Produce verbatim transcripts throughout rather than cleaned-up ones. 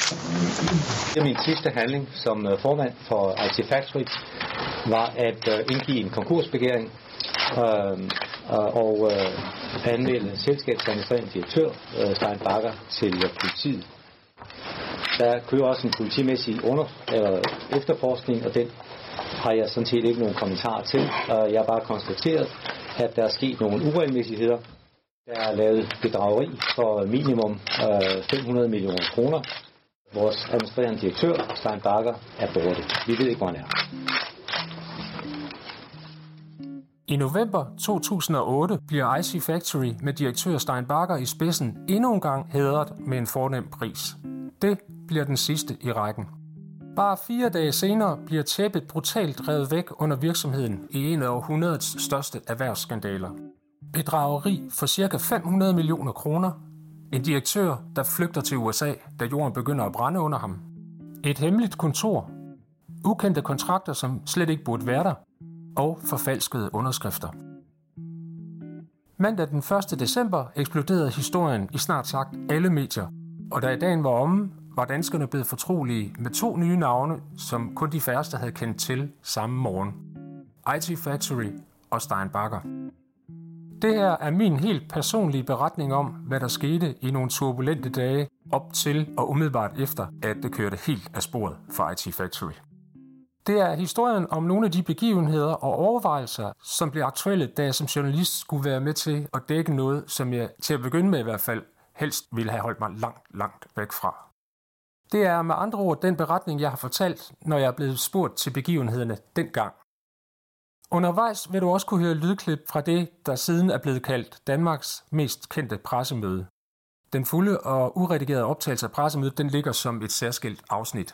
Min sidste handling som formand for I T Factory var at indgive en konkursbegæring øh, og øh, anmelde selskabsadministrerende direktør øh, Stein Bagger til øh, politiet. Der kører også en politimæssig under, eller efterforskning, og den har jeg sådan set ikke nogen kommentar til. Jeg har bare konstateret, at der er sket nogle uregelmæssigheder. Der er lavet bedrageri for minimum øh, fem hundrede millioner kroner. Vores administrerende direktør, Stein Bagger, er borte. Vi ved ikke, hvor han er. I november to tusind og otte bliver I T Factory med direktør Stein Bagger i spidsen endnu en gang hædret med en fornem pris. Det bliver den sidste i rækken. Bare fire dage senere bliver tæppet brutalt revet væk under virksomheden i en af århundredets største erhvervsskandaler. Bedrageri for ca. fem hundrede millioner kroner. En direktør, der flygter til U S A, da jorden begynder at brænde under ham. Et hemmeligt kontor. Ukendte kontrakter, som slet ikke burde være der. Og forfalskede underskrifter. Mandag den første december eksploderede historien i snart sagt alle medier. Og da i dagen var omme, var danskerne blevet fortrolige med to nye navne, som kun de færreste havde kendt til samme morgen. I T Factory og Stein Bagger. Det her er min helt personlige beretning om, hvad der skete i nogle turbulente dage op til og umiddelbart efter, at det kørte helt af sporet for I T Factory. Det er historien om nogle af de begivenheder og overvejelser, som blev aktuelle, da jeg som journalist skulle være med til at dække noget, som jeg til at begynde med i hvert fald helst ville have holdt mig langt, langt væk fra. Det er med andre ord den beretning, jeg har fortalt, når jeg er blevet spurgt til begivenhederne dengang. Undervejs vil du også kunne høre lydklip fra det, der siden er blevet kaldt Danmarks mest kendte pressemøde. Den fulde og uredigerede optagelse af pressemødet, den ligger som et særskilt afsnit.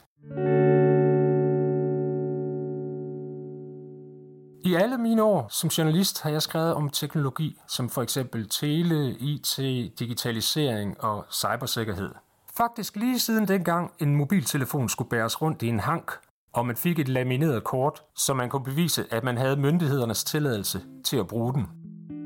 I alle mine år som journalist har jeg skrevet om teknologi, som for eksempel tele, I T, digitalisering og cybersikkerhed. Faktisk lige siden dengang en mobiltelefon skulle bæres rundt i en hank, og man fik et lamineret kort, så man kunne bevise, at man havde myndighedernes tilladelse til at bruge den.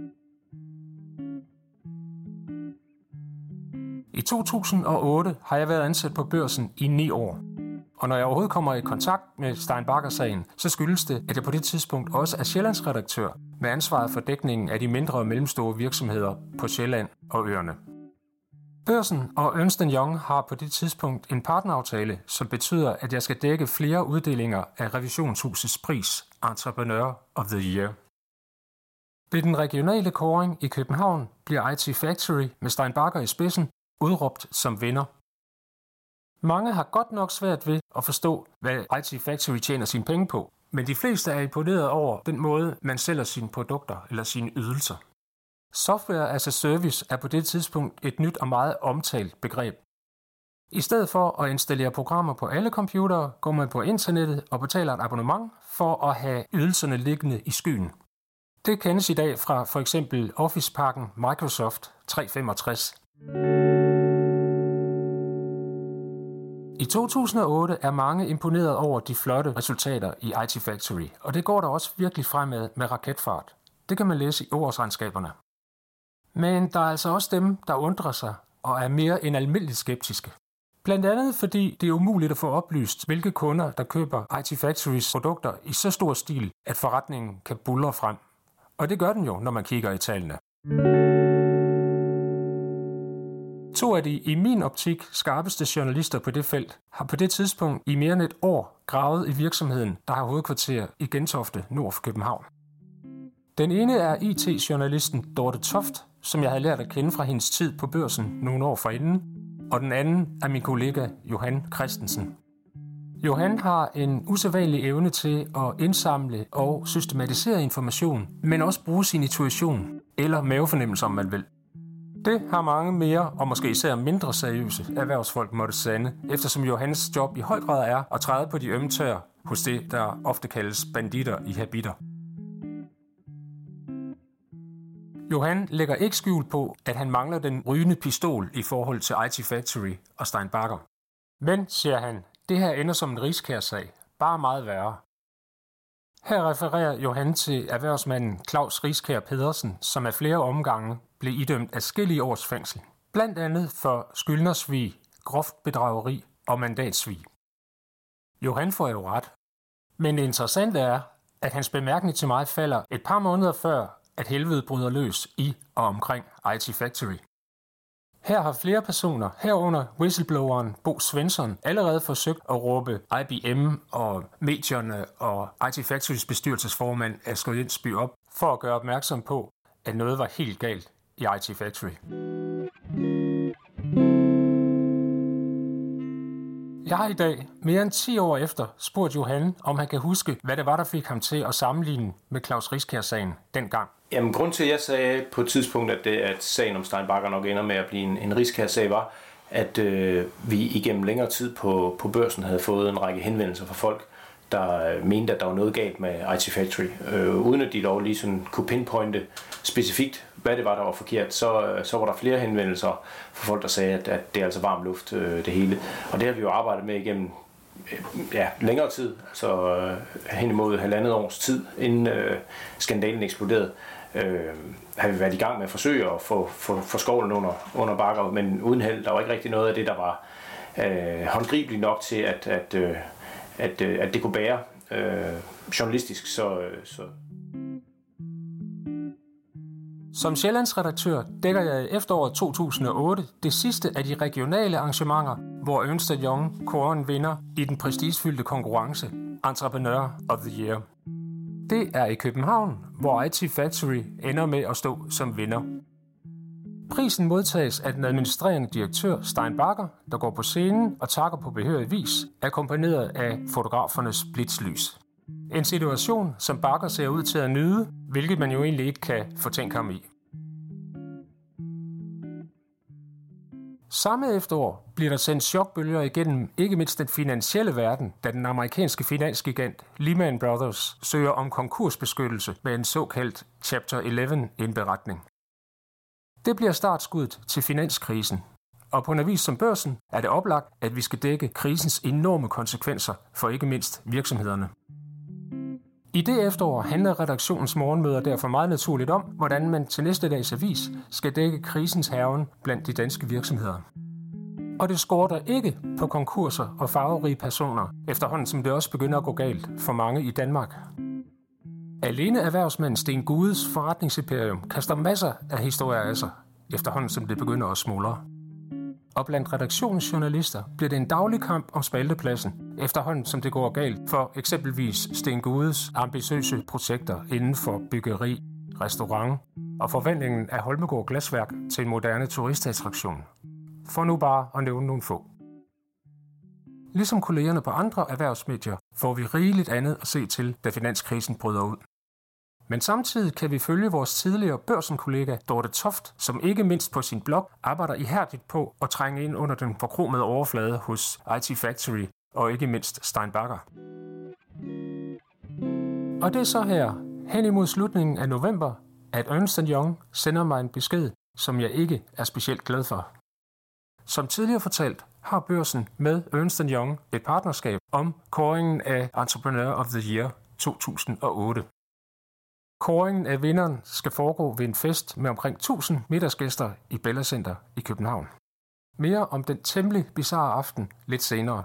I to tusind og otte har jeg været ansat på børsen i ni år. Og når jeg overhovedet kommer i kontakt med Stein Bagger-sagen, så skyldes det, at jeg på det tidspunkt også er Sjællandsredaktør med ansvaret for dækningen af de mindre og mellemstore virksomheder på Sjælland og øerne. Børsen og Ernst and Young har på det tidspunkt en partneraftale, som betyder, at jeg skal dække flere uddelinger af revisionshusets pris, Entrepreneur of the Year. Ved den regionale kåring i København bliver I T Factory med Stein Bagger i spidsen udråbt som vinder. Mange har godt nok svært ved at forstå, hvad I T Factory tjener sine penge på, men de fleste er imponeret over den måde, man sælger sine produkter eller sine ydelser. Software as a service er på det tidspunkt et nyt og meget omtalt begreb. I stedet for at installere programmer på alle computere, går man på internettet og betaler et abonnement for at have ydelserne liggende i skyen. Det kendes i dag fra for eksempel Office-pakken Microsoft tre hundrede femogtres. I to tusind og otte er mange imponeret over de flotte resultater i I T Factory, og det går der også virkelig fremad med raketfart. Det kan man læse i årsregnskaberne. Men der er altså også dem, der undrer sig og er mere end almindeligt skeptiske. Blandt andet fordi det er umuligt at få oplyst, hvilke kunder, der køber I T Factorys produkter i så stor stil, at forretningen kan buldre frem. Og det gør den jo, når man kigger i tallene. To af de i min optik skarpeste journalister på det felt har på det tidspunkt i mere end et år gravet i virksomheden, der har hovedkvarter i Gentofte nord for København. Den ene er I T-journalisten Dorte Toft, som jeg havde lært at kende fra hendes tid på børsen nogle år forinden, og den anden er min kollega Johan Christensen. Johan har en usædvanlig evne til at indsamle og systematisere information, men også bruge sin intuition eller mavefornemmelse, om man vil. Det har mange mere og måske især mindre seriøse erhvervsfolk måtte sande, eftersom Johans job i høj grad er at træde på de ømme tæer hos det, der ofte kaldes banditter i habitter. Johan lægger ikke skjul på, at han mangler den rygende pistol i forhold til I T Factory og Stein Bagger. Men, siger han, det her ender som en Riskær-sag, bare meget værre. Her refererer Johan til erhvervsmanden Claus Riskær Pedersen, som af flere omgange blev idømt adskillige års fængsel. Blandt andet for skyldnersvig, groft bedrageri og mandatsvig. Johan får jo ret. Men det interessante er, at hans bemærkning til mig falder et par måneder før, at helvede bryder løs i og omkring I T Factory. Her har flere personer, herunder whistlebloweren Bo Svensson, allerede forsøgt at råbe I B M og medierne og I T Factorys bestyrelsesformand Asger Jensby op for at gøre opmærksom på, at noget var helt galt i I T Factory. Jeg har i dag, mere end ti år efter, spurgt Johan, om han kan huske, hvad det var, der fik ham til at sammenligne med Klaus Riskær-sagen dengang. Jamen, grund til, at jeg sagde på et tidspunkt, at, det, at sagen om Stein Bagger nok ender med at blive en, en Riskær-sag, var, at øh, vi igennem længere tid på, på børsen havde fået en række henvendelser fra folk, der mente, at der var noget galt med I T Factory. Øh, uden at de dog lige sådan kunne pinpointe specifikt, hvad det var, der var forkert, så, så var der flere henvendelser fra folk, der sagde, at, at det er altså varm luft, øh, det hele. Og det har vi jo arbejdet med igennem ja, længere tid, altså øh, hen imod halvandet års tid, inden øh, skandalen eksploderede. Øh, har vi været i gang med at forsøge at få, få, få skovlen under, under Bagger, men uden held. Der var ikke rigtig noget af det, der var øh, håndgribeligt nok til, at, at, øh, at, øh, at det kunne bære øh, journalistisk. Så, øh, så. Som Sjællandsredaktør dækker jeg i efteråret to tusind og otte det sidste af de regionale arrangementer, hvor Ernst and Young kårer en vinder i den prestigefyldte konkurrence Entrepreneur of the Year. Det er i København, hvor I T Factory ender med at stå som vinder. Prisen modtages af den administrerende direktør Stein Bagger, der går på scenen og takker på behørig vis, akkompagneret af fotografernes blitzlys. En situation, som Bagger ser ud til at nyde, hvilket man jo egentlig ikke kan fortænke ham i. Samme efterår bliver der sendt chokbølger igennem ikke mindst den finansielle verden, da den amerikanske finansgigant Lehman Brothers søger om konkursbeskyttelse med en såkaldt Chapter elleve indberetning. Det bliver startskuddet til finanskrisen, og på en avis som Børsen er det oplagt, at vi skal dække krisens enorme konsekvenser for ikke mindst virksomhederne. I det efterår handler redaktionens morgenmøder derfor meget naturligt om, hvordan man til næste dags avis skal dække krisens hærgen blandt de danske virksomheder. Og det skorter ikke på konkurser og farverige personer, efterhånden som det også begynder at gå galt for mange i Danmark. Alene erhvervsmanden Sten Gudes forretningsimperium kaster masser af historier af sig, efterhånden som det begynder at smuldre. Og blandt redaktionens journalister bliver det en daglig kamp om spaltepladsen, efterhånden som det går galt for eksempelvis Sten Gudes ambitiøse projekter inden for byggeri, restaurant og forvandlingen af Holmegaard Glasværk til en moderne turistattraktion. For nu bare at nævne nogle få. Ligesom kollegerne på andre erhvervsmedier får vi rigeligt andet at se til, da finanskrisen bryder ud. Men samtidig kan vi følge vores tidligere børsenkollega Dorte Toft, som ikke mindst på sin blog arbejder ihærdigt på at trænge ind under den forkromede overflade hos I T Factory og ikke mindst Stein Bagger. Og det er så her, hen imod slutningen af november, at Ernst and Young sender mig en besked, som jeg ikke er specielt glad for. Som tidligere fortalt, har Børsen med Ernst and Young et partnerskab om kåringen af Entrepreneur of the Year to tusind og otte. Kåringen af vinderen skal foregå ved en fest med omkring tusind middagsgæster i Bella Center i København. Mere om den temmelig bizarre aften lidt senere.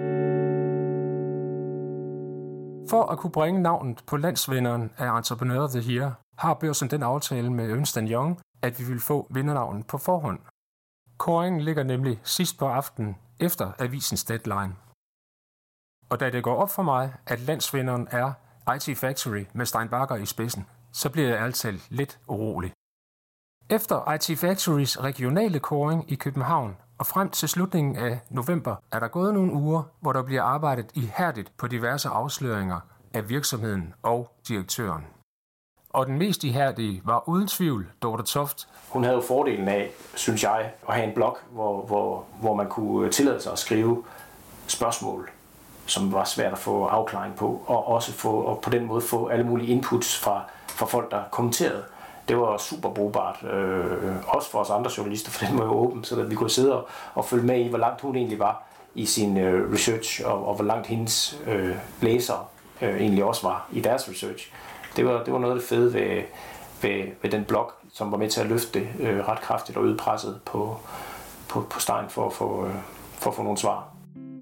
For at kunne bringe navnet på landsvinderen af Entrepreneur of the Year, har Børsen den aftale med Ernst and Young, at vi vil få vindernavnet på forhånd. Kåringen ligger nemlig sidst på aftenen efter avisens deadline. Og da det går op for mig, at landsvinderen er I T Factory med Stein Bagger i spidsen, så bliver jeg altid lidt urolig. Efter I T Factorys regionale kåring i København og frem til slutningen af november er der gået nogle uger, hvor der bliver arbejdet ihærdigt på diverse afsløringer af virksomheden og direktøren. Og den mest ihærdige var uden tvivl Dorte Toft. Hun havde jo fordelen af, synes jeg, at have en blog, hvor, hvor, hvor man kunne tillade sig at skrive spørgsmål, som var svært at få afklaring på, og også få, og på den måde få alle mulige inputs fra, fra folk, der kommenterede. Det var super brugbart, øh, også for os andre journalister, for den var jo åben, så at vi kunne sidde og, og følge med i, hvor langt hun egentlig var i sin øh, research, og, og hvor langt hendes øh, læsere øh, egentlig også var i deres research. Det var, det var noget af det fede ved, ved, ved den blog, som var med til at løfte det øh, ret kraftigt og øge presset på, på, på Stein for at få, øh, for at få nogle svar.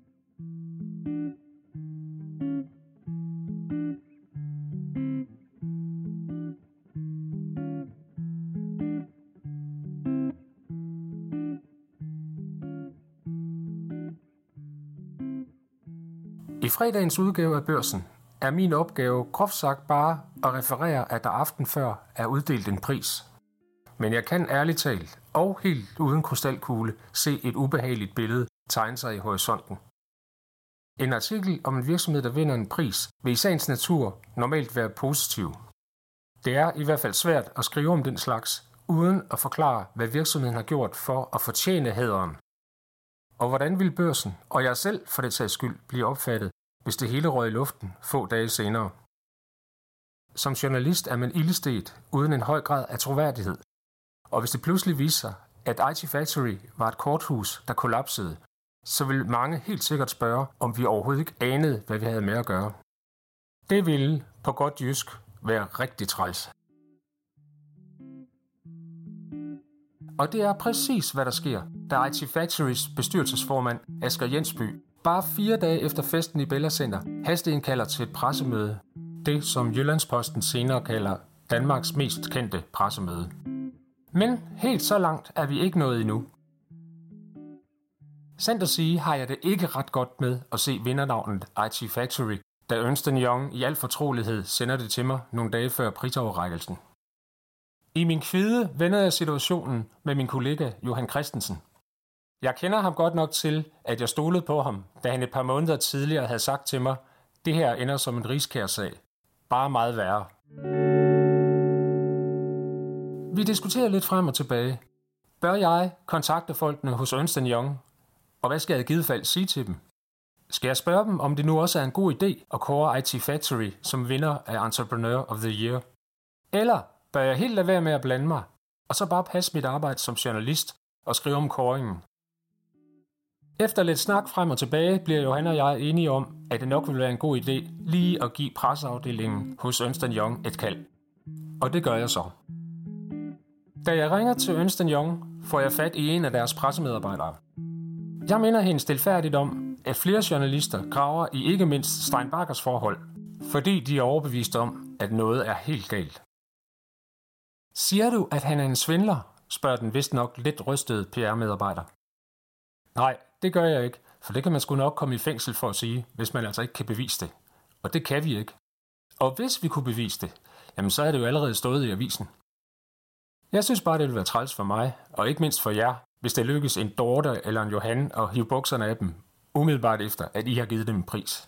fredagens udgave af Børsen er min opgave groft sagt bare at referere, at der aften før er uddelt en pris. Men jeg kan ærligt talt og helt uden krystalkugle se et ubehageligt billede tegne sig i horisonten. En artikel om en virksomhed, der vinder en pris, vil i sagens natur normalt være positiv. Det er i hvert fald svært at skrive om den slags, uden at forklare, hvad virksomheden har gjort for at fortjene hæderen. Og hvordan vil Børsen, og jeg selv for det sags skyld, blive opfattet, hvis det hele røg i luften få dage senere? Som journalist er man ildestet uden en høj grad af troværdighed. Og hvis det pludselig viser sig, at I T Factory var et korthus, der kollapsede, så vil mange helt sikkert spørge, om vi overhovedet ikke anede, hvad vi havde med at gøre. Det ville, på godt jysk, være rigtig træls. Og det er præcis, hvad der sker, da I T Factorys bestyrelsesformand Asger Jensby bare fire dage efter festen i Bella Center hasteindkalder til et pressemøde. Det, som Jyllandsposten senere kalder Danmarks mest kendte pressemøde. Men helt så langt er vi ikke nået endnu. Sandt at sige har jeg det ikke ret godt med at se vindernavnet I T Factory, da Ernst and Young i al fortrolighed sender det til mig nogle dage før prisoverrækkelsen. I min kvide vender jeg situationen med min kollega Johan Christensen. Jeg kender ham godt nok til, at jeg stolede på ham, da han et par måneder tidligere havde sagt til mig, det her ender som en rigskærsag. Bare meget værre. Vi diskuterer lidt frem og tilbage. Bør jeg kontakte folkene hos Ernst and Young? Og hvad skal jeg i givet fald sige til dem? Skal jeg spørge dem, om det nu også er en god idé at kåre I T Factory som vinder af Entrepreneur of the Year? Eller bør jeg helt lade være med at blande mig, og så bare passe mit arbejde som journalist og skrive om kåringen? Efter lidt snak frem og tilbage bliver Johan og jeg enige om, at det nok vil være en god idé lige at give presseafdelingen hos Ernst and Young et kald. Og det gør jeg så. Da jeg ringer til Ernst and Young, får jeg fat i en af deres pressemedarbejdere. Jeg minder hende stilfærdigt om, at flere journalister graver i ikke mindst Stein Baggers forhold, fordi de er overbevist om, at noget er helt galt. Siger du, at han er en svindler? Spørger den vist nok lidt rystede P R-medarbejder. Nej, det gør jeg ikke, for det kan man sgu nok komme i fængsel for at sige, hvis man altså ikke kan bevise det. Og det kan vi ikke. Og hvis vi kunne bevise det, jamen så er det jo allerede stået i avisen. Jeg synes bare, det ville være træls for mig, og ikke mindst for jer, hvis det lykkes en Dorte eller en Johan at hive bukserne af dem, umiddelbart efter, at I har givet dem en pris.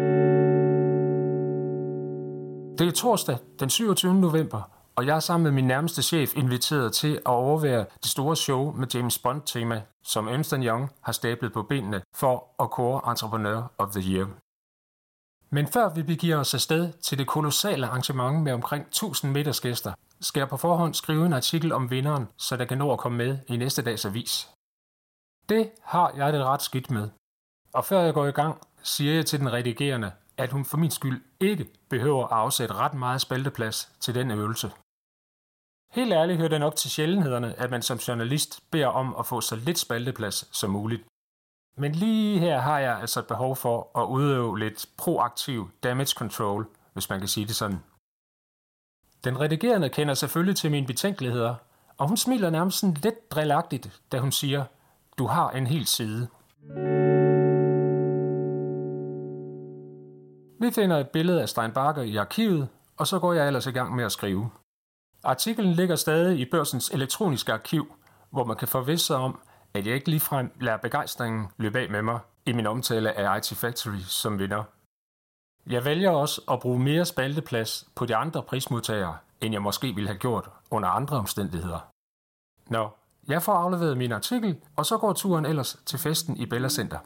Det er torsdag den syvogtyvende november, og jeg er sammen med min nærmeste chef inviteret til at overvære det store show med James Bond-tema, som Ernst and Young har stablet på benene for at kåre Entrepreneur of the Year. Men før vi begiver os afsted til det kolossale arrangement med omkring tusind middagsgæster, skal jeg på forhånd skrive en artikel om vinderen, så der kan nå at komme med i næste dags avis. Det har jeg det ret skidt med. Og før jeg går i gang, siger jeg til den redigerende, at hun for min skyld ikke behøver at afsætte ret meget spalteplads til den øvelse. Helt ærligt hører det nok til sjældenhederne, at man som journalist beder om at få så lidt spalteplads som muligt. Men lige her har jeg altså et behov for at udøve lidt proaktiv damage control, hvis man kan sige det sådan. Den redigerende kender selvfølgelig til mine betænkeligheder, og hun smiler nærmest sådan lidt drillagtigt, da hun siger, du har en hel side. Vi finder et billede af Stein Bagger i arkivet, og så går jeg ellers i gang med at skrive. Artiklen ligger stadig i Børsens elektroniske arkiv, hvor man kan forvisse sig om, at jeg ikke ligefrem lader begejstringen løbe af med mig i min omtale af I T Factory som vinder. Jeg vælger også at bruge mere spalteplads på de andre prismodtagere, end jeg måske ville have gjort under andre omstændigheder. Nå, jeg får afleveret min artikel, og så går turen ellers til festen i Bella Center.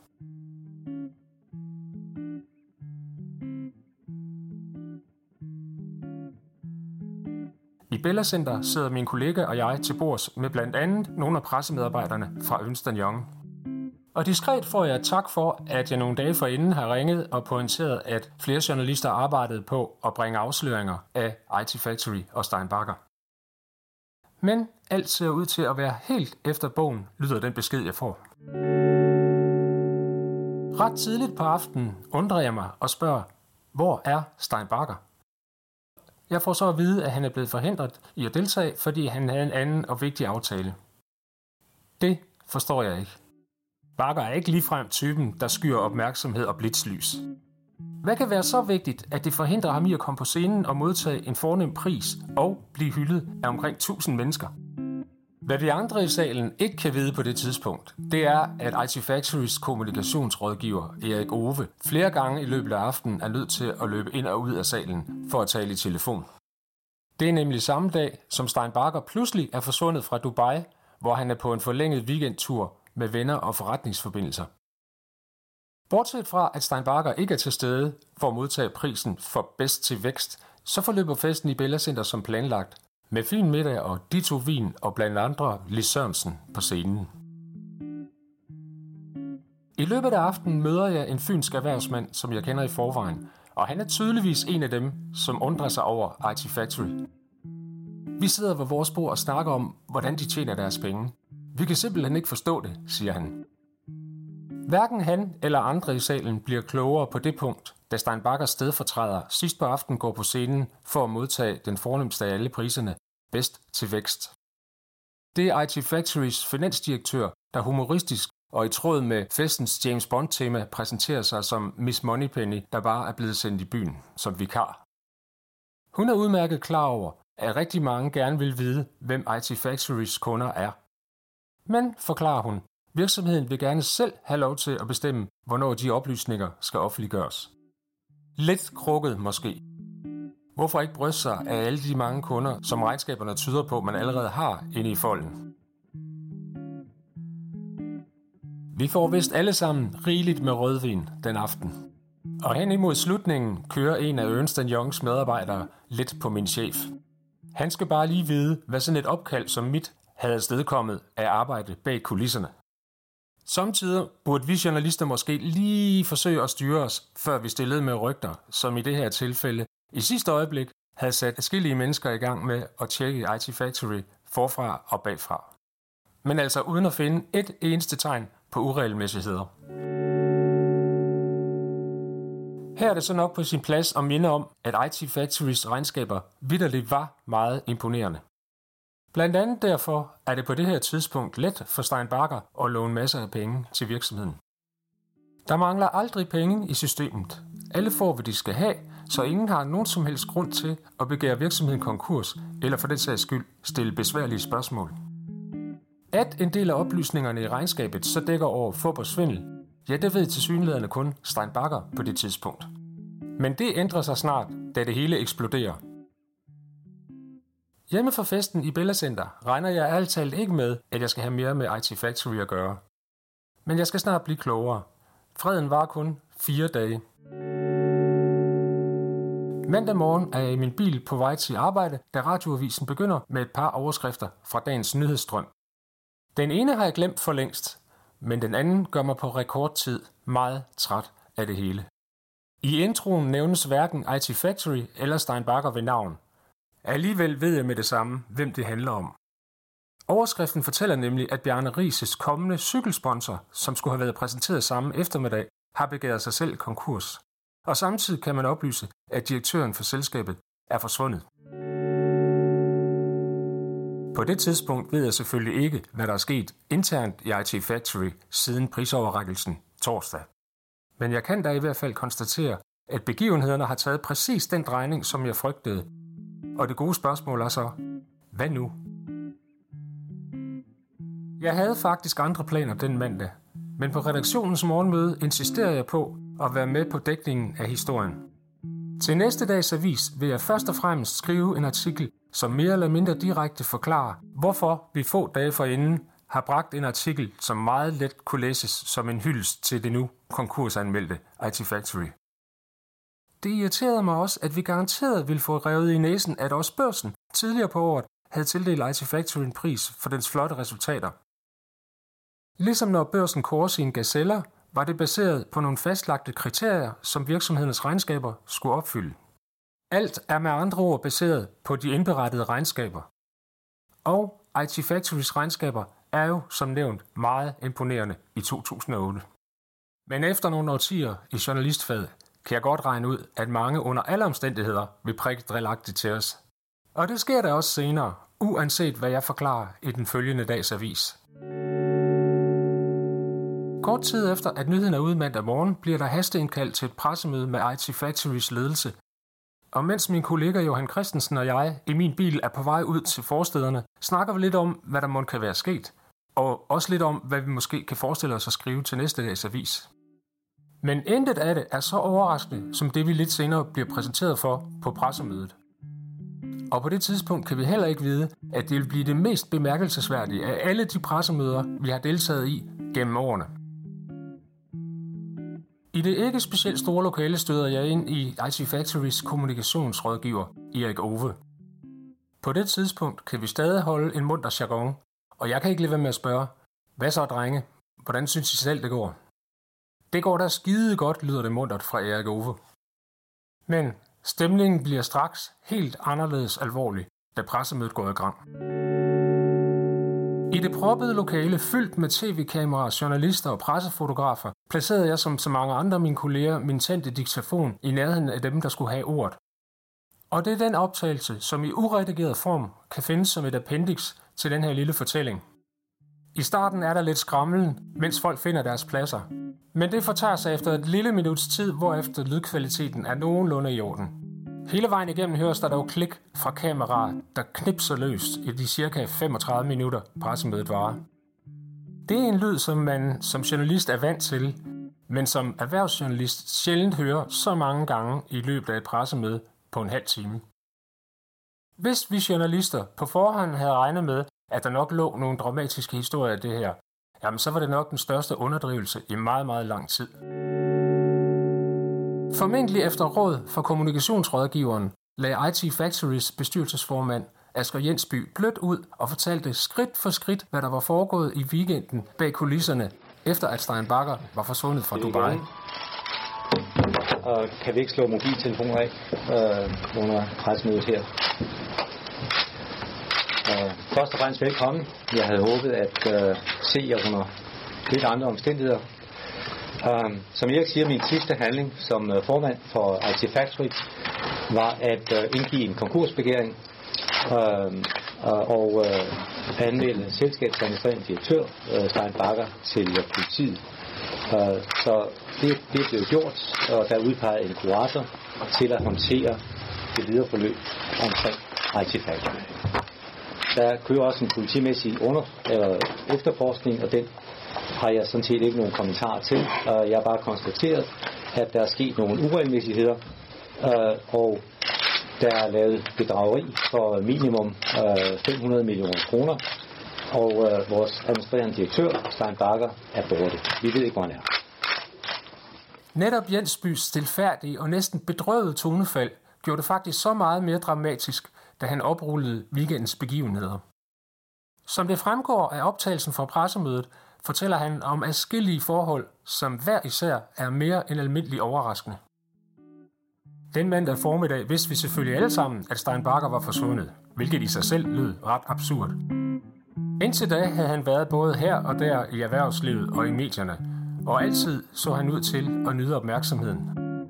I Bella Center sidder min kollega og jeg til bords med blandt andet nogle af pressemedarbejderne fra Ernst and Young. Og diskret får jeg tak for, at jeg nogle dage forinden har ringet og pointeret, at flere journalister arbejdede på at bringe afsløringer af I T Factory og Stein Bagger. Men alt ser ud til at være helt efter bogen, lyder den besked, jeg får. Ret tidligt på aftenen undrer jeg mig og spørger, hvor er Stein Bagger? Jeg får så at vide, at han er blevet forhindret i at deltage, fordi han havde en anden og vigtig aftale. Det forstår jeg ikke. Bagger er ikke ligefrem typen, der skyer opmærksomhed og blitzlys. Hvad kan være så vigtigt, at det forhindrer ham i at komme på scenen og modtage en fornem pris og blive hyldet af omkring tusind mennesker? Hvad vi andre i salen ikke kan vide på det tidspunkt, det er, at I T Factorys kommunikationsrådgiver Erik Ove flere gange i løbet af aftenen er nødt til at løbe ind og ud af salen for at tale i telefon. Det er nemlig samme dag, som Stein Bagger pludselig er forsvundet fra Dubai, hvor han er på en forlænget weekendtur med venner og forretningsforbindelser. Bortset fra, at Stein Bagger ikke er til stede for at modtage prisen for bedst til vækst, så forløber festen i Bella Center som planlagt, med fin middag og Ditto Vin og blandt andre Lis Sørensen på scenen. I løbet af aftenen møder jeg en fynsk erhvervsmand, som jeg kender i forvejen, og han er tydeligvis en af dem, som undrer sig over I T Factory. Vi sidder ved vores bord og snakker om, hvordan de tjener deres penge. Vi kan simpelthen ikke forstå det, siger han. Hverken han eller andre i salen bliver klogere på det punkt, da Stein Baggers stedfortræder sidst på aftenen går på scenen for at modtage den fornemste af alle priserne, bedst til vækst. Det er I T Factorys finansdirektør, der humoristisk og i tråd med festens James Bond-tema præsenterer sig som Miss Moneypenny, der bare er blevet sendt i byen som vikar. Hun er udmærket klar over, at rigtig mange gerne vil vide, hvem I T Factorys kunder er. Men, forklarer hun, virksomheden vil gerne selv have lov til at bestemme, hvornår de oplysninger skal offentliggøres. Lidt krukket måske. Hvorfor ikke bryste sig af alle de mange kunder, som regnskaberne tyder på, man allerede har inde i folden? Vi får vist alle sammen rigeligt med rødvin den aften. Og hen imod slutningen kører en af Ernst and Youngs medarbejdere lidt på min chef. Han skal bare lige vide, hvad sådan et opkald som mit havde afstedkommet af arbejde bag kulisserne. Samtidig burde vi journalister måske lige forsøge at styre os, før vi stillede med rygter, som i det her tilfælde i sidste øjeblik havde sat adskillige mennesker i gang med at tjekke I T Factory forfra og bagfra. Men altså uden at finde et eneste tegn på uregelmæssigheder. Her er det så nok på sin plads at minde om, at I T Factorys regnskaber vitterligt var meget imponerende. Blandt andet derfor er det på det her tidspunkt let for Stein Bagger at låne masser af penge til virksomheden. Der mangler aldrig penge i systemet. Alle får, hvad de skal have, så ingen har nogen som helst grund til at begære virksomheden konkurs, eller for den sags skyld stille besværlige spørgsmål. At en del af oplysningerne i regnskabet så dækker over fup og svindel, ja, det ved tilsyneladende kun Stein Bagger på det tidspunkt. Men det ændrer sig snart, da det hele eksploderer. Hjemme for festen i Bella Center regner jeg ærligt talt ikke med, at jeg skal have mere med I T Factory at gøre. Men jeg skal snart blive klogere. Freden var kun fire dage. Mandag morgen er jeg i min bil på vej til arbejde, da radioavisen begynder med et par overskrifter fra dagens nyhedsstrøm. Den ene har jeg glemt for længst, men den anden gør mig på rekordtid meget træt af det hele. I introen nævnes hverken I T Factory eller Stein Bagger ved navn. Alligevel ved jeg med det samme, hvem det handler om. Overskriften fortæller nemlig, at Bjarne Riises kommende cykelsponsor, som skulle have været præsenteret samme eftermiddag, har begæret sig selv konkurs. Og samtidig kan man oplyse, at direktøren for selskabet er forsvundet. På det tidspunkt ved jeg selvfølgelig ikke, hvad der er sket internt i I T Factory siden prisoverrækkelsen torsdag. Men jeg kan da i hvert fald konstatere, at begivenhederne har taget præcis den drejning, som jeg frygtede. Og det gode spørgsmål er så, hvad nu? Jeg havde faktisk andre planer den mandag, men på redaktionens morgenmøde insisterer jeg på at være med på dækningen af historien. Til næste dags avis vil jeg først og fremmest skrive en artikel, som mere eller mindre direkte forklarer, hvorfor vi få dage forinden har bragt en artikel, som meget let kunne læses som en hyldest til det nu konkursanmeldte I T Factory. Det irriterede mig også, at vi garanteret ville få revet i næsen, at også Børsen tidligere på året havde tildelt I T Factory en pris for dens flotte resultater. Ligesom når Børsen kårer sine gazeller, var det baseret på nogle fastlagte kriterier, som virksomhedens regnskaber skulle opfylde. Alt er med andre ord baseret på de indberettede regnskaber. Og I T Factorys regnskaber er jo som nævnt meget imponerende i to tusind og otte. Men efter nogle årtier i journalistfaget kan jeg godt regne ud, at mange under alle omstændigheder vil prikke drillagtigt til os. Og det sker der også senere, uanset hvad jeg forklarer i den følgende dags avis. Kort tid efter, at nyheden er ude mandag morgen, bliver der hasteindkaldt til et pressemøde med I T Factorys ledelse. Og mens min kollega Johan Christensen og jeg i min bil er på vej ud til forstederne, snakker vi lidt om, hvad der måtte kan være sket, og også lidt om, hvad vi måske kan forestille os at skrive til næste dags avis. Men intet af det er så overraskende, som det vi lidt senere bliver præsenteret for på pressemødet. Og på det tidspunkt kan vi heller ikke vide, at det vil blive det mest bemærkelsesværdige af alle de pressemøder, vi har deltaget i gennem årene. I det ikke specielt store lokale støder jeg ind i I T Factorys kommunikationsrådgiver, Erik Ove. På det tidspunkt kan vi stadig holde en munter jargon, og jeg kan ikke lade være med at spørge, hvad så drenge, hvordan synes I selv det går? Det går da skide godt, lyder det muntert fra Erik Ove. Men stemningen bliver straks helt anderledes alvorlig, da pressemødet går i gang. I det proppede lokale, fyldt med tv-kameraer, journalister og pressefotografer, placerede jeg som så mange andre af mine kolleger min tændte diktafon i nærheden af dem, der skulle have ordet. Og det er den optagelse, som i uredigeret form kan findes som et appendix til den her lille fortælling. I starten er der lidt skramlen, mens folk finder deres pladser. Men det fortager sig efter et lille minuts tid, hvorefter lydkvaliteten er nogenlunde i orden. Hele vejen igennem høres der dog klik fra kameraer, der knipser løst i de cirka femogtredive minutter, pressemødet varer. Det er en lyd, som man som journalist er vant til, men som erhvervsjournalist sjældent hører så mange gange i løbet af et pressemøde på en halv time. Hvis vi journalister på forhånd havde regnet med, at der nok lå nogle dramatiske historier af det her, jamen så var det nok den største underdrivelse i meget, meget lang tid. Formentlig efter råd fra kommunikationsrådgiveren lagde I T Factorys bestyrelsesformand Asger Jensby blødt ud og fortalte skridt for skridt, hvad der var foregået i weekenden bag kulisserne, efter at Stein Bagger var forsvundet fra Dubai. Og kan vi ikke slå mobiltelefoner af øh, under pressemødet her? Øh, først og fremmest velkommen. Jeg havde håbet at øh, se jer under lidt andre omstændigheder. Uh, som Erik siger, min sidste handling som uh, formand for I T Factory var at uh, indgive en konkursbegæring uh, uh, og uh, anmelde selskabsadministrerende direktør uh, Stein Bagger til uh, politiet. Uh, så det, det blev gjort, og der er udpeget en kurator til at håndtere det videre forløb omkring I T Factory. Der kører også en politimæssig under, eller efterforskning, og den har jeg sådan set ikke nogen kommentarer til. Jeg har bare konstateret, at der er sket nogle uregelmæssigheder, og der er lavet bedrageri for minimum fem hundrede millioner kroner, og vores administrerende direktør, Stein Bagger, er borte. Vi ved ikke, hvor han er. Netop Jensbys stilfærdige og næsten bedrøvede tonefald gjorde det faktisk så meget mere dramatisk, da han oprullede weekendens begivenheder. Som det fremgår af optagelsen fra pressemødet, fortæller han om adskillige forhold, som hver især er mere end almindelig overraskende. Den mandag formiddag vidste vi selvfølgelig alle sammen, at Stein Bagger var forsvundet, hvilket i sig selv lød ret absurd. Indtil da havde han været både her og der i erhvervslivet og i medierne, og altid så han ud til at nyde opmærksomheden.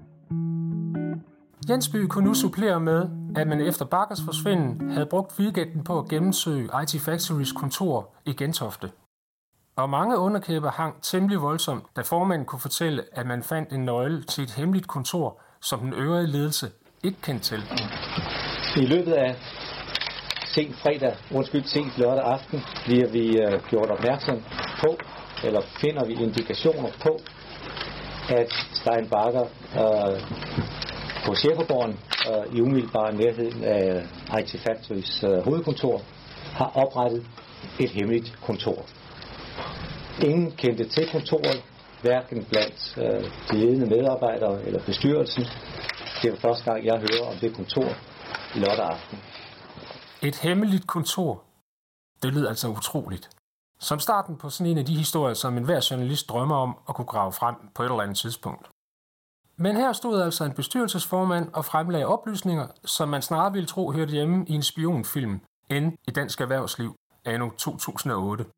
Jensby kunne nu supplere med, at man efter Baggers forsvinden havde brugt weekenden på at gennemsøge I T Factorys kontor i Gentofte. Og mange underkæber hang temmelig voldsomt, da formanden kunne fortælle, at man fandt en nøgle til et hemmeligt kontor, som den øvrige ledelse ikke kendte til. I løbet af sent fredag, undskyld, sent lørdag aften, bliver vi øh, gjort opmærksom på, eller finder vi indikationer på, at Stein Bagger øh, på Schæfergården øh, i umiddelbar nærhed af I T Factorys øh, hovedkontor har oprettet et hemmeligt kontor. Ingen kendte til kontoret, hverken blandt øh, de ledende medarbejdere eller bestyrelsen. Det var første gang, jeg hører om det kontor lørdag aften. Et hemmeligt kontor. Det lyder altså utroligt. Som starten på sådan en af de historier, som enhver journalist drømmer om at kunne grave frem på et eller andet tidspunkt. Men her stod altså en bestyrelsesformand og fremlagde oplysninger, som man snarere ville tro hørte hjemme i en spionfilm, end i dansk erhvervsliv anno to tusind og otte.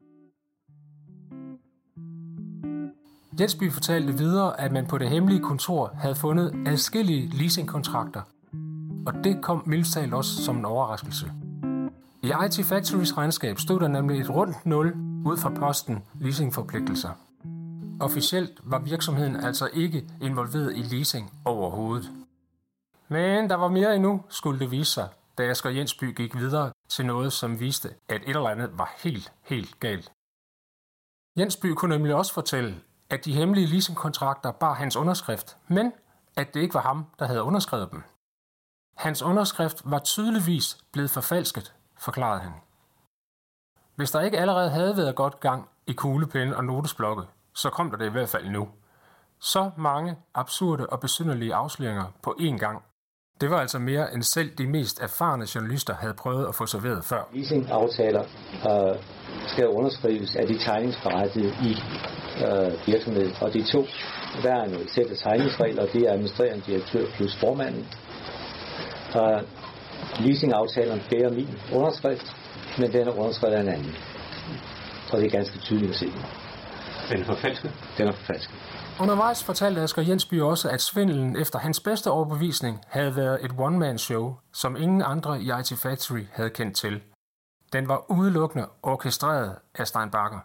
Jensby fortalte videre, at man på det hemmelige kontor havde fundet adskillige leasingkontrakter, og det kom mildt talt også som en overraskelse. I I T Factorys regnskab stod der nemlig et rundt nul ud fra posten leasingforpligtelser. officielt var virksomheden altså ikke involveret i leasing overhovedet. Men der var mere endnu, skulle det vise sig, da Asger Jensby gik videre til noget, som viste, at et eller andet var helt, helt galt. Jensby kunne nemlig også fortælle, at de hemmelige leasingkontrakter bar hans underskrift, men at det ikke var ham, der havde underskrevet dem. Hans underskrift var tydeligvis blevet forfalsket, forklarede han. Hvis der ikke allerede havde været godt gang i kuglepenne og notesblokke, så kom der det i hvert fald nu. Så mange absurde og besynderlige afsløringer på én gang. Det var altså mere end selv de mest erfarne journalister havde prøvet at få serveret før. Leasingaftaler øh, skal underskrives af de tegningsberettigede i øh, virksomheden, og de to, der er et sæt af tegningsregler, det er administrerende direktør plus formanden. Øh, leasingaftalerne bærer min underskrift, men den er underskrevet af en anden. Og det er ganske tydeligt at se. Den er forfalsket? Den er forfalsket. Undervejs fortalte Asger Jensby også, at svindelen efter hans bedste overbevisning havde været et one-man-show, som ingen andre i I T Factory havde kendt til. Den var udelukkende orkestreret af Stein Bagger.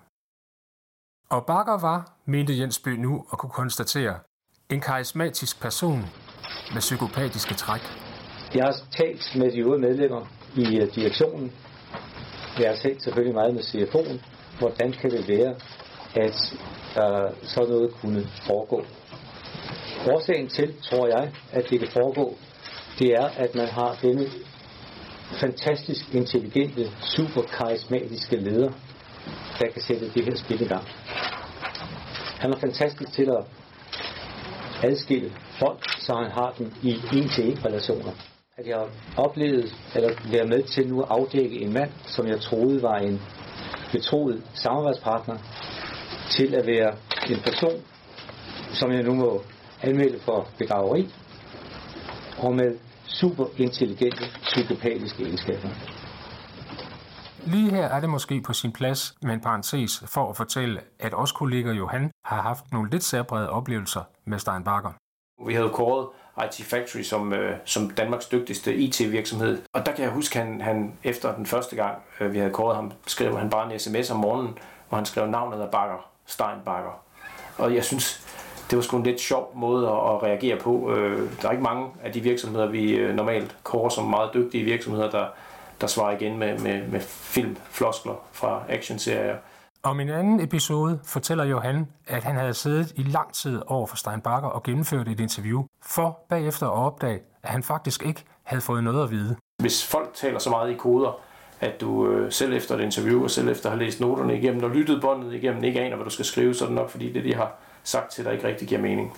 Og Bagger var, mente Jensby nu at kunne konstatere, en karismatisk person med psykopatiske træk. Jeg har talt med de øvrige medlemmer i direktionen. Jeg har talt selvfølgelig meget med C F O'en. Hvordan kan det være, at uh, sådan noget kunne foregå? Årsagen til, tror jeg, at det kan foregå, det er, at man har denne fantastisk intelligente, super karismatiske leder, der kan sætte det her spil i gang. Han er fantastisk til at adskille folk, så han har dem i en-til-en relationer. At jeg har oplevet, eller været med til nu at afdække en mand, som jeg troede var en betroet samarbejdspartner, til at være en person, som jeg nu må anmelde for bedrageri, og med super intelligente, psykopatiske egenskaber. Lige her er det måske på sin plads med en parentes for at fortælle, at også kollega Johan har haft nogle lidt særbrede oplevelser med Stein Bagger. Vi havde kåret I T Factory som, øh, som Danmarks dygtigste I T-virksomhed. Og der kan jeg huske, at han, han efter den første gang, øh, vi havde kåret ham, skrev han bare en sms om morgenen, hvor han skrev navnet af Bagger, Stein Bagger. Og jeg synes, det var sgu en lidt sjov måde at, at reagere på. Øh, der er ikke mange af de virksomheder, vi øh, normalt kårer som meget dygtige virksomheder, der, der svarer igen med, med, med filmfloskler fra actionserier. Om en anden episode fortæller Johan, at han havde siddet i lang tid over for Stein Bagger og gennemført et interview, for bagefter at opdage, at han faktisk ikke havde fået noget at vide. Hvis folk taler så meget i koder, at du øh, selv efter et interview og selv efter at have læst noterne igennem og lyttet båndet igennem, ikke aner, hvad du skal skrive, så er det nok, fordi det, de har sagt til dig, ikke rigtig giver mening.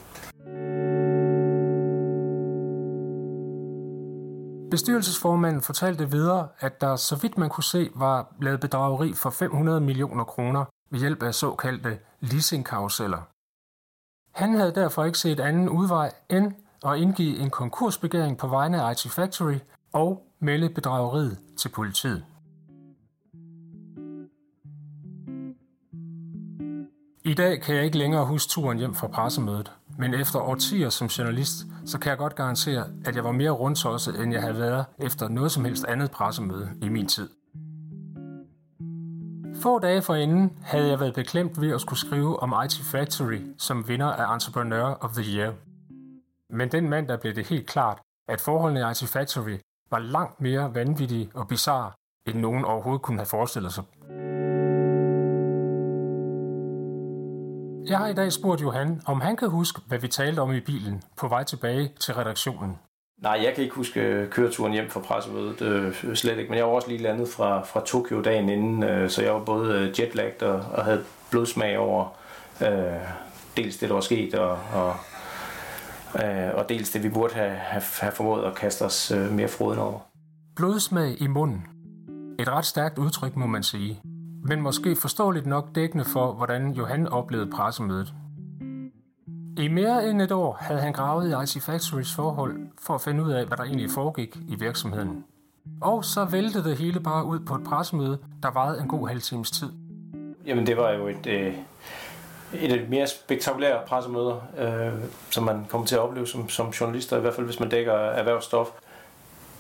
Bestyrelsesformanden fortalte videre, at der, så vidt man kunne se, var lavet bedrageri for fem hundrede millioner kroner ved hjælp af såkaldte leasingkaruseller. Han havde derfor ikke set anden udvej end at indgive en konkursbegæring på vegne af I T Factory og melde bedrageriet til politiet. I dag kan jeg ikke længere huske turen hjem fra pressemødet, men efter årtier som journalist, så kan jeg godt garantere, at jeg var mere rundtosset, end jeg havde været efter noget som helst andet pressemøde i min tid. Få dage forinden havde jeg været beklemt ved at skulle skrive om I T Factory som vinder af Entrepreneur of the Year. Men den mandag blev det helt klart, at forholdene i I T Factory var langt mere vanvittige og bizarre, end nogen overhovedet kunne have forestillet sig. Jeg har i dag spurgt Johan, om han kan huske, hvad vi talte om i bilen på vej tilbage til redaktionen. Nej, jeg kan ikke huske køreturen hjem fra pressemødet, øh, slet ikke. Men jeg var også lige landet fra, fra Tokyo dagen inden, øh, så jeg var både jetlagd og, og havde blodsmag over øh, dels det, der var sket, og, og, øh, og dels det, vi burde have, have, have formået at kaste os øh, mere froden over. Blodsmag i munden. Et ret stærkt udtryk, må man sige. Men måske forståeligt nok dækkende for, hvordan Johan oplevede pressemødet. I mere end et år havde han gravet i I T Factorys forhold for at finde ud af, hvad der egentlig foregik i virksomheden. Og så væltede det hele bare ud på et pressemøde, der varede en god halv times tid. Jamen det var jo et, øh, et af de mere spektakulære pressemøder, øh, som man kommer til at opleve som, som journalister, i hvert fald hvis man dækker erhvervsstof.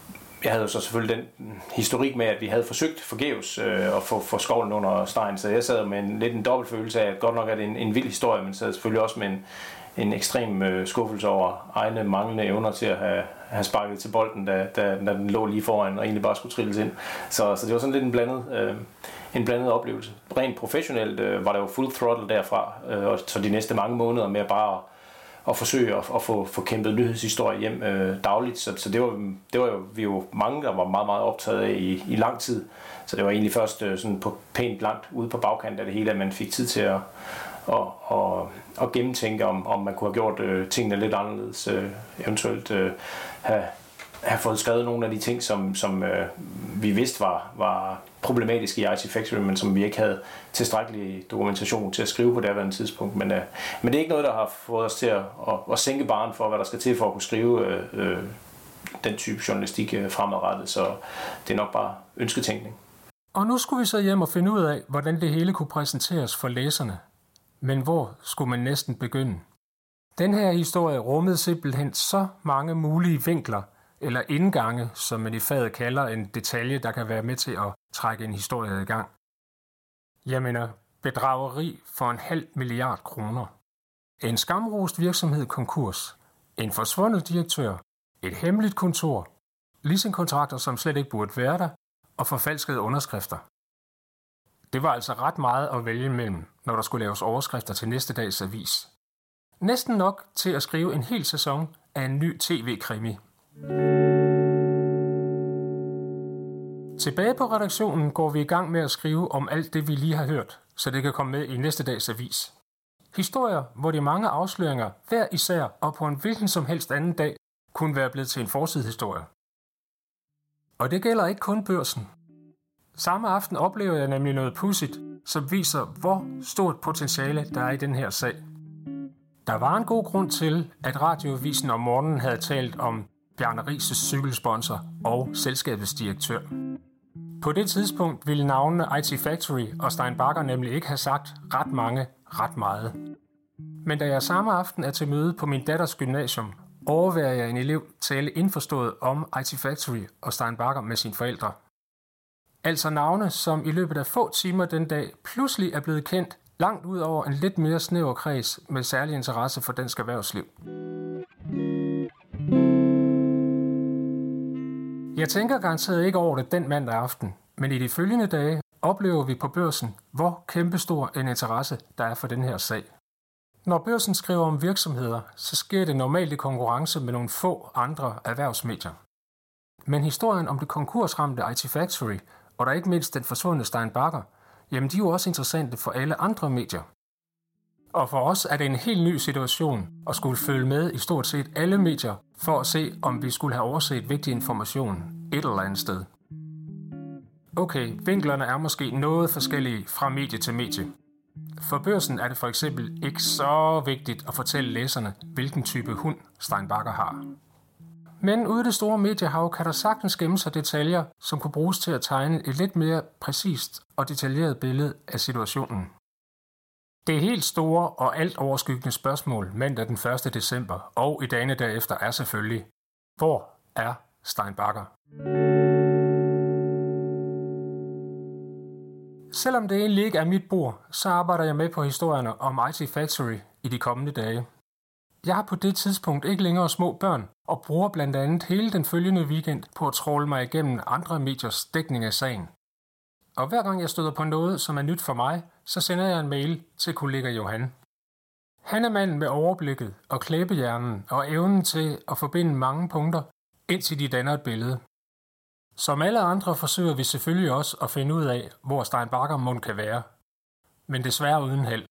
jeg havde jo så selvfølgelig den historik med, at vi havde forsøgt forgæves øh, at få, få skovlen under stregen, så jeg sad med en, lidt en dobbelt følelse af, at godt nok er det en, en vild historie, men sad selvfølgelig også med en, en ekstrem øh, skuffelse over egne manglende evner til at have, have sparket til bolden, da, da, da den lå lige foran og egentlig bare skulle trilles ind. Så, så det var sådan lidt en blandet, øh, en blandet oplevelse. Rent professionelt øh, var der jo full throttle derfra, øh, og så de næste mange måneder med bare at forsøge at, at få, få kæmpet nyhedshistorie hjem øh, dagligt. Så, så det var, det var jo, vi jo mange, der var meget, meget optaget af i, i lang tid. Så det var egentlig først øh, sådan på pænt langt ude på bagkant af det hele, at man fik tid til at, at, at, at gennemtænke, om, om man kunne have gjort øh, tingene lidt anderledes. Øh, eventuelt øh, have, have fået skrevet nogle af de ting, som, som øh, vi vidste var, var problematiske i I T Factory, men som vi ikke havde tilstrækkelig dokumentation til at skrive på det her tidspunkt. Men, øh, men det er ikke noget, der har fået os til at, at, at sænke barren for, hvad der skal til for at kunne skrive øh, øh, den type journalistik øh, fremadrettet, så det er nok bare ønsketænkning. Og nu skulle vi så hjem og finde ud af, hvordan det hele kunne præsenteres for læserne. Men hvor skulle man næsten begynde? Den her historie rummede simpelthen så mange mulige vinkler, eller indgange, som man i faget kalder en detalje, der kan være med til at trække en historie i gang. Jeg mener, bedrageri for en halv milliard kroner. En skamrost virksomhed konkurs. En forsvundet direktør. Et hemmeligt kontor. Leasingkontrakter, som slet ikke burde være der. Og forfalskede underskrifter. Det var altså ret meget at vælge mellem, når der skulle laves overskrifter til næste dags avis. Næsten nok til at skrive en hel sæson af en ny tv-krimi. Tilbage på redaktionen går vi i gang med at skrive om alt det, vi lige har hørt, så det kan komme med i næste dags avis. Historier, hvor de mange afsløringer hver især og på en hvilken som helst anden dag kunne være blevet til en forsidehistorie. Og det gælder ikke kun Børsen. Samme aften oplever jeg nemlig noget pudsigt, som viser, hvor stort potentiale der er i den her sag. Der var en god grund til, at Radioavisen om morgenen havde talt om Bjarne Riis' cykelsponsor og selskabets direktør. På det tidspunkt ville navnene I T Factory og Stein Bagger nemlig ikke have sagt ret mange, ret meget. Men da jeg samme aften er til møde på min datters gymnasium, overværer jeg en elev tale indforstået om I T Factory og Stein Bagger med sine forældre. Altså navne, som i løbet af få timer den dag pludselig er blevet kendt langt ud over en lidt mere snæver kreds med særlig interesse for dansk erhvervsliv. Jeg tænker garanteret ikke over det den mandag aften, men i de følgende dage oplever vi på Børsen, hvor kæmpestor en interesse der er for den her sag. Når Børsen skriver om virksomheder, så sker det normalt i konkurrence med nogle få andre erhvervsmedier. Men historien om det konkursramte I T Factory, og der ikke mindst den forsvundne Stein Bagger, jamen de er jo også interessante for alle andre medier. Og for os er det en helt ny situation at skulle følge med i stort set alle medier, for at se, om vi skulle have overset vigtig information et eller andet sted. Okay, vinklerne er måske noget forskellige fra medie til medie. For Børsen er det for eksempel ikke så vigtigt at fortælle læserne, hvilken type hund Stein Bagger har. Men ude i det store mediehav kan der sagtens gemme sig detaljer, som kunne bruges til at tegne et lidt mere præcist og detaljeret billede af situationen. Det helt store og alt overskyggende spørgsmål mandag den første december og i dagene derefter er selvfølgelig, hvor er Stein Bagger? Selvom det egentlig ikke er mit bord, så arbejder jeg med på historierne om I T Factory i de kommende dage. Jeg har på det tidspunkt ikke længere små børn, og bruger blandt andet hele den følgende weekend på at tråle mig igennem andre mediers dækning af sagen. Og hver gang jeg støder på noget, som er nyt for mig, så sender jeg en mail til kollega Johan. Han er manden med overblikket og klæbehjernen og evnen til at forbinde mange punkter, indtil de danner et billede. Som alle andre forsøger vi selvfølgelig også at finde ud af, hvor Stein Bagger mund kan være. Men desværre uden held.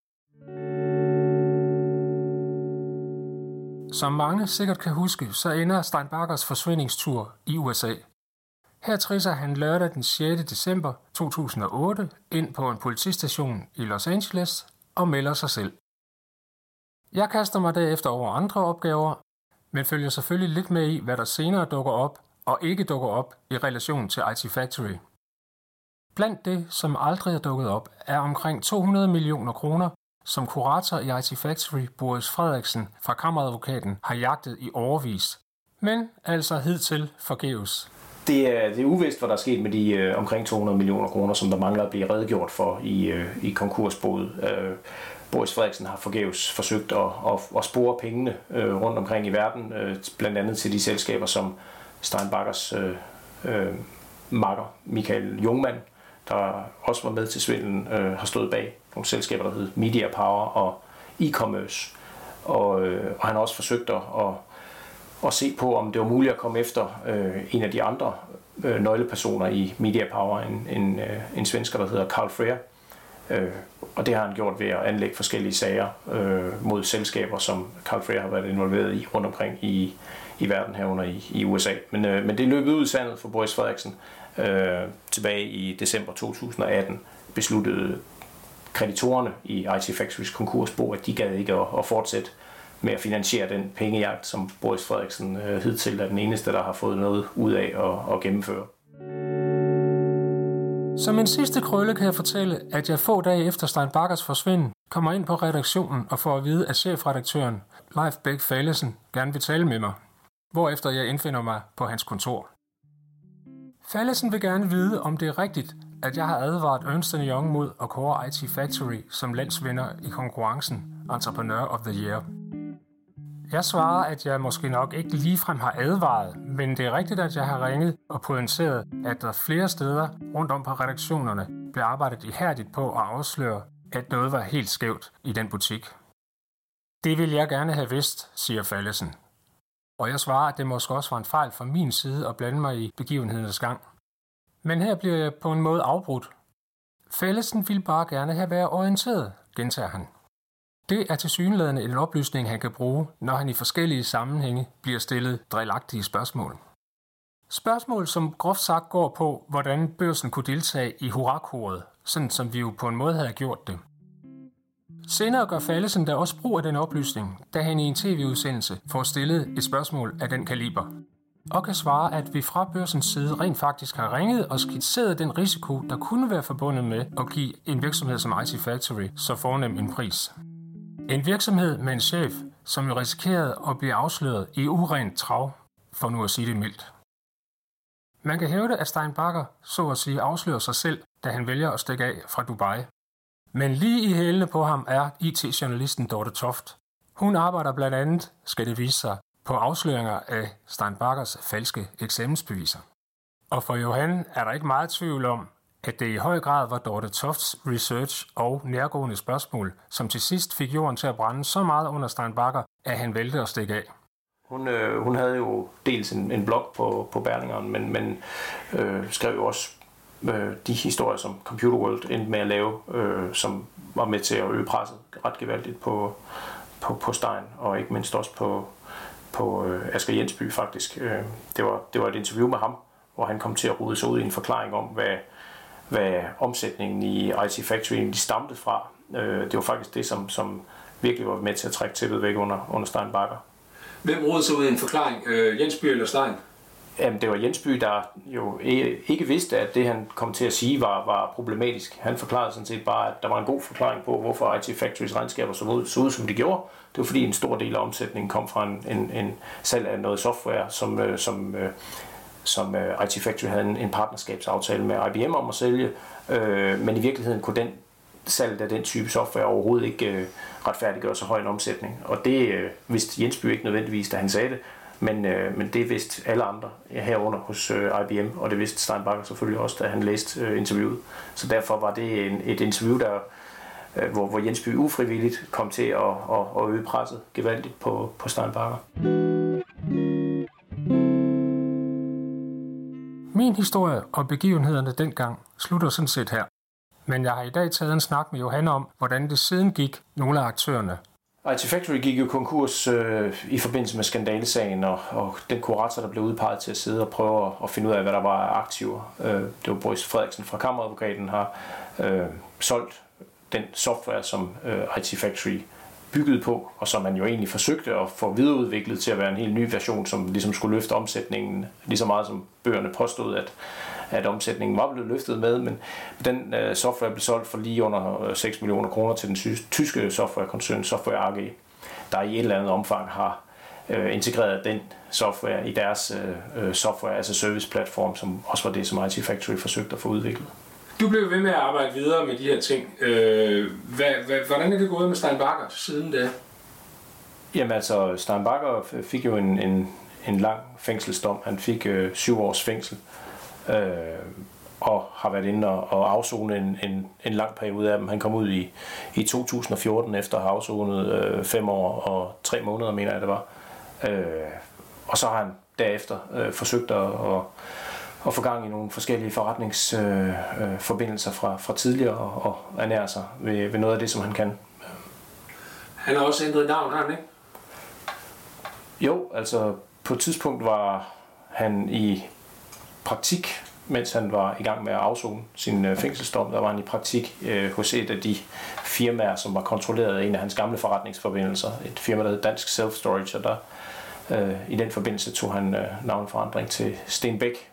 Som mange sikkert kan huske, så ender Stein Baggers forsvindingstur i U S A. Her trisser han lørdag den sjette december to tusind og otte ind på en politistation i Los Angeles og melder sig selv. Jeg kaster mig derefter over andre opgaver, men følger selvfølgelig lidt med i, hvad der senere dukker op og ikke dukker op i relation til I T Factory. Blandt det, som aldrig er dukket op, er omkring to hundrede millioner kroner, som kurator i I T Factory, Boris Frederiksen fra Kammeradvokaten, har jagtet i årevis, men altså hidtil forgæves. Det er, det er uvist, hvad der er sket med de øh, omkring to hundrede millioner kroner, som der mangler at blive redegjort for i, øh, i konkursboet. Øh, Boris Frederiksen har forgæves forsøgt at, at, at spore pengene øh, rundt omkring i verden, øh, blandt andet til de selskaber, som Stein Baggers øh, øh, makker, Michael Jungmann, der også var med til svindlen, øh, har stået bag nogle selskaber, der hedder Media Power og e-commerce. Og, øh, og han har også forsøgt at, at, at se på, om det var muligt at komme efter øh, en af de andre øh, nøglepersoner i Media Power, en, en, øh, en svensker, der hedder Carl Freer. Øh, og det har han gjort ved at anlægge forskellige sager øh, mod selskaber, som Carl Freer har været involveret i rundt omkring i, i verden herunder i, i U S A. Men, øh, men det løb ud i sandet for Boris Frederiksen. Øh, tilbage i december to tusind og atten besluttede kreditorerne i I T Factorys konkursbo, at de gad ikke at, at fortsætte med at finansiere den pengejagt, som Boris Frederiksen øh, hidtil er den eneste, der har fået noget ud af at, at gennemføre. Som en sidste krølle kan jeg fortælle, at jeg få dage efter Stein Baggers forsvinden kommer ind på redaktionen og får at vide, at chefredaktøren Leif Bæk Fallesen gerne vil tale med mig, hvorefter jeg indfinder mig på hans kontor. Fallesen vil gerne vide, om det er rigtigt, at jeg har advaret Ernst and Young mod at kåre I T Factory som landsvinder i konkurrencen Entrepreneur of the Year. Jeg svarer, at jeg måske nok ikke ligefrem har advaret, men det er rigtigt, at jeg har ringet og pointeret, at der flere steder rundt om på redaktionerne blev arbejdet ihærdigt på at afsløre, at noget var helt skævt i den butik. Det vil jeg gerne have vidst, siger Fallesen. Og jeg svarer, at det måske også var en fejl fra min side at blande mig i begivenhedernes gang. Men her bliver jeg på en måde afbrudt. Fallesen vil bare gerne have været orienteret, gentager han. Det er tilsyneladende en oplysning, han kan bruge, når han i forskellige sammenhænge bliver stillet drillagtige spørgsmål. Spørgsmål, som groft sagt går på, hvordan børsen kunne deltage i hurrakoret, sådan som vi jo på en måde havde gjort det. Senere gør Fallesen da også brug af den oplysning, da han i en tv-udsendelse får stillet et spørgsmål af den kaliber, og kan svare, at vi fra børsens side rent faktisk har ringet og skitseret den risiko, der kunne være forbundet med at give en virksomhed som I T Factory så fornem en pris. En virksomhed med en chef, som jo risikerede at blive afsløret i urent trav, for nu at sige det mildt. Man kan hævde, at Stein Bagger så at sige afslører sig selv, da han vælger at stikke af fra Dubai. Men lige i hælene på ham er I T-journalisten Dorte Toft. Hun arbejder blandt andet, skal det vise sig, på afsløringer af Stein Baggers falske eksamensbeviser. Og for Johan er der ikke meget tvivl om, at det i høj grad var Dorte Tofts research og nærgående spørgsmål, som til sidst fik jorden til at brænde så meget under Stein Bagger, at han valgte at stikke af. Hun, øh, hun havde jo dels en, en blog på, på Berlingeren, men, men øh, skrev jo også øh, de historier, som Computer World endte med at lave, øh, som var med til at øge presset ret gevaldigt på, på, på Stein, og ikke mindst også på, på øh, Asger Jensby faktisk. Øh, det, var, det var et interview med ham, hvor han kom til at rode sig ud i en forklaring om, hvad, hvad omsætningen i I T Factory egentlig stammede fra. Øh, det var faktisk det, som, som virkelig var med til at trække tæppet væk under, under Stein Bagger. Hvem rodede sig ud i en forklaring? Øh, Jensby eller Stein? Jamen, det var Jensby, der jo ikke vidste, at det, han kom til at sige, var, var problematisk. Han forklarede sådan set bare, at der var en god forklaring på, hvorfor I T Factorys regnskaber så ud, så ud som de gjorde. Det var fordi en stor del af omsætningen kom fra en, en, en salg af noget software, som, som, som I T Factory havde en, en partnerskabsaftale med I B M om at sælge. Men i virkeligheden kunne den salget af den type software overhovedet ikke retfærdiggøre så høj en omsætning. Og det vidste Jensby ikke nødvendigvis, da han sagde det. Men, øh, men det vidste alle andre herunder hos øh, I B M, og det vidste Stein Bagger selvfølgelig også, da han læste øh, interviewet. Så derfor var det en, et interview, der, øh, hvor, hvor Jensby ufrivilligt kom til at, at, at øge presset gevaldigt på, på Stein Bagger. Min historie og begivenhederne dengang slutter sådan set her. Men jeg har i dag taget en snak med Johan om, hvordan det siden gik nogle af aktørerne. I T Factory gik jo konkurs øh, i forbindelse med skandalesagen, og, og den kurator, der blev udpeget til at sidde og prøve at, at finde ud af, hvad der var af aktiver. Øh, det var Boris Frederiksen fra Kammeradvokaten, har øh, solgt den software, som øh, I T Factory byggede på, og som man jo egentlig forsøgte at få videreudviklet til at være en helt ny version, som ligesom skulle løfte omsætningen lige så meget, som bøgerne påstod, at at omsætningen var blevet løftet med, men den øh, software blev solgt for lige under øh, seks millioner kroner til den sy- tyske softwarekoncern Software A G, der i et eller andet omfang har øh, integreret den software i deres øh, software as a service platform, som også var det, som I T Factory forsøgte at få udviklet. Du blev ved med at arbejde videre med de her ting. Øh, hvad, hvad, hvordan er det gået med Stein Bagger siden da? Jamen altså, Stein Bagger fik jo en, en, en lang fængselsdom. Han fik øh, syv års fængsel, øh, og har været inde og, og afzone en, en, en lang periode af dem. Han kom ud i, i to tusind og fjorten efter at have afzonet øh, fem år og tre måneder, mener jeg det var. Øh, og så har han derefter øh, forsøgt at, at, at få gang i nogle forskellige forretningsforbindelser øh, fra, fra tidligere og, og ernære sig ved, ved noget af det, som han kan. Han har også ændret navn, har han ikke? Jo, altså på et tidspunkt var han i praktik, mens han var i gang med at afzone sin øh, fængselsdom. Der var han i praktik øh, hos et af de firmaer, som var kontrolleret af en af hans gamle forretningsforbindelser. Et firma, der hed Dansk Self Storage, og der øh, i den forbindelse tog han øh, navnforandring til Sten Bæk.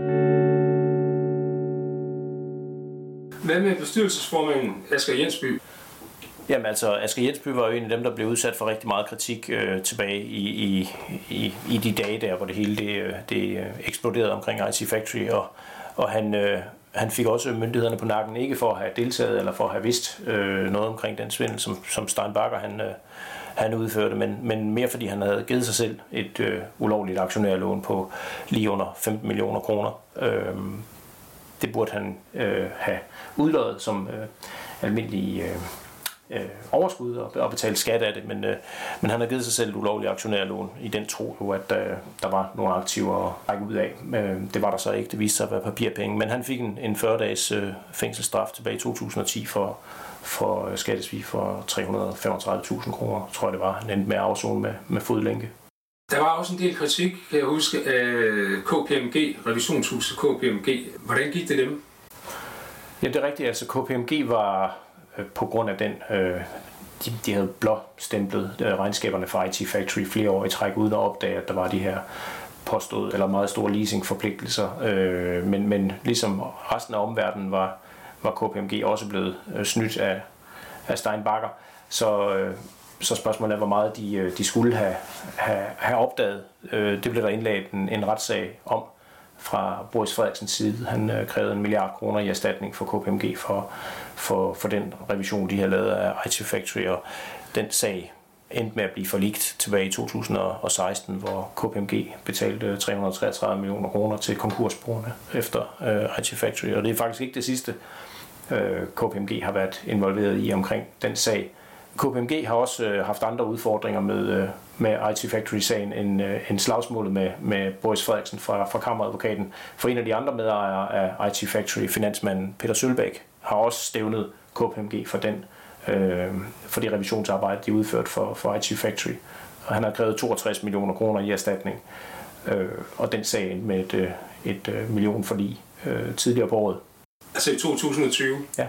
Hvad med bestyrelsesformanden Asger Jensby? Jamen altså, Asger Jensby var jo en af dem, der blev udsat for rigtig meget kritik øh, tilbage i, i, i, i de dage der, hvor det hele det, det eksploderede omkring I T Factory, og, og han, øh, han fik også myndighederne på nakken, ikke for at have deltaget eller for at have vidst øh, noget omkring den svindel, som, som Stein Bagger han, øh, han udførte, men, men mere fordi han havde givet sig selv et øh, ulovligt aktionærlån på lige under femten millioner kroner. Øh, det burde han øh, have udløjet som øh, almindelig øh, Øh, overskud og, og betale skat af det, men, øh, men han har givet sig selv et ulovligt aktionærlån i den tro, jo, at øh, der var nogle aktiver at række ud af. Øh, det var der så ikke, det viste sig at være papirpenge, men han fik en, en fyrre dages øh, fængselsstraf tilbage i to tusind og ti for, for øh, skattesvig for tre hundrede og femogtredive tusind kroner, tror jeg det var. Han endte med at afzone med, med fodlænke. Der var også en del kritik, kan jeg huske, af K P M G, revisionshuset K P M G. Hvordan gik det dem? Ja, det er rigtigt. Altså K P M G var på grund af den, øh, de, de havde blåstemplet øh, regnskaberne for I T Factory flere år i træk, uden at opdage, at der var de her påstået eller meget store leasingforpligtelser. Øh, men, men ligesom resten af omverdenen var, var K P M G også blevet øh, snydt af, af Stein Bagger. Så, øh, så spørgsmålet er, hvor meget de, de skulle have, have, have opdaget. Øh, det blev der indlagt en, en retssag om fra Boris Frederiksens side. Han øh, krævede en milliard kroner i erstatning for K P M G for, for, for den revision, de havde lavet af I T Factory, og den sag endte med at blive forligt tilbage i to tusind og seksten, hvor K P M G betalte tre hundrede og treogtredive millioner kroner til konkursbrugerne efter øh, I T Factory, og det er faktisk ikke det sidste, øh, K P M G har været involveret i omkring den sag. K P M G har også øh, haft andre udfordringer med, øh, med I T Factory-sagen end, øh, end slagsmålet med, med Boris Frederiksen fra, fra Kammeradvokaten. For en af de andre medejere af I T Factory, finansmanden Peter Sølbæk, har også stævnet K P M G for, den, øh, for det revisionsarbejde, de udførte for, for I T Factory. Og han har krævet toogtres millioner kroner i erstatning, øh, og den sag med et, et, et øh, millionforlig øh, tidligere på året. Altså i to tusind og tyve? Ja.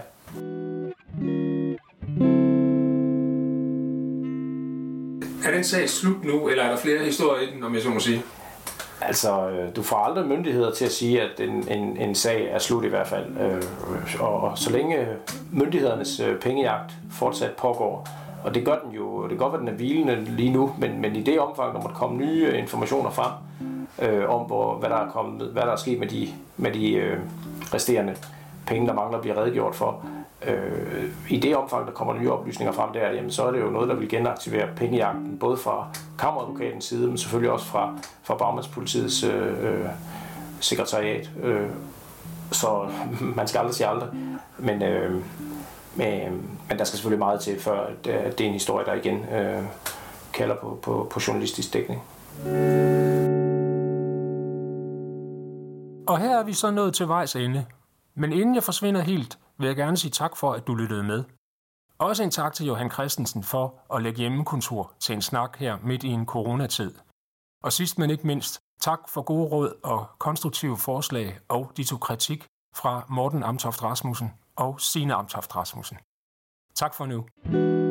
Er den sag slut nu, eller er der flere historier i den, om jeg så må sige? Altså, du får aldrig myndigheder til at sige, at en, en, en sag er slut i hvert fald. Og, og så længe myndighedernes pengejagt fortsat pågår, og det gør den jo, det kan godt være, den er hvilende lige nu, men, men i det omfang, der måtte komme nye informationer frem, øh, om hvor, hvad, der er kommet, hvad der er sket med de, med de øh, resterende penge, der mangler, bliver redegjort for. Øh, I det omfang, der kommer nye oplysninger frem der, jamen, så er det jo noget, der vil genaktivere pengejagten, både fra Kammeradvokatens side, men selvfølgelig også fra, fra Bagmandspolitiets øh, sekretariat. Øh, så man skal aldrig sige aldrig. Men, øh, men, men der skal selvfølgelig meget til, før at det er en historie, der igen øh, kalder på, på, på journalistisk dækning. Og her er vi så nået til vejs ende. Men inden jeg forsvinder helt, vil jeg gerne sige tak for, at du lyttede med. Også en tak til Johan Christensen for at lægge hjemmekontor til en snak her midt i en coronatid. Og sidst men ikke mindst, tak for gode råd og konstruktive forslag og dito kritik fra Morten Amtoft Rasmussen og Signe Amtoft Rasmussen. Tak for nu.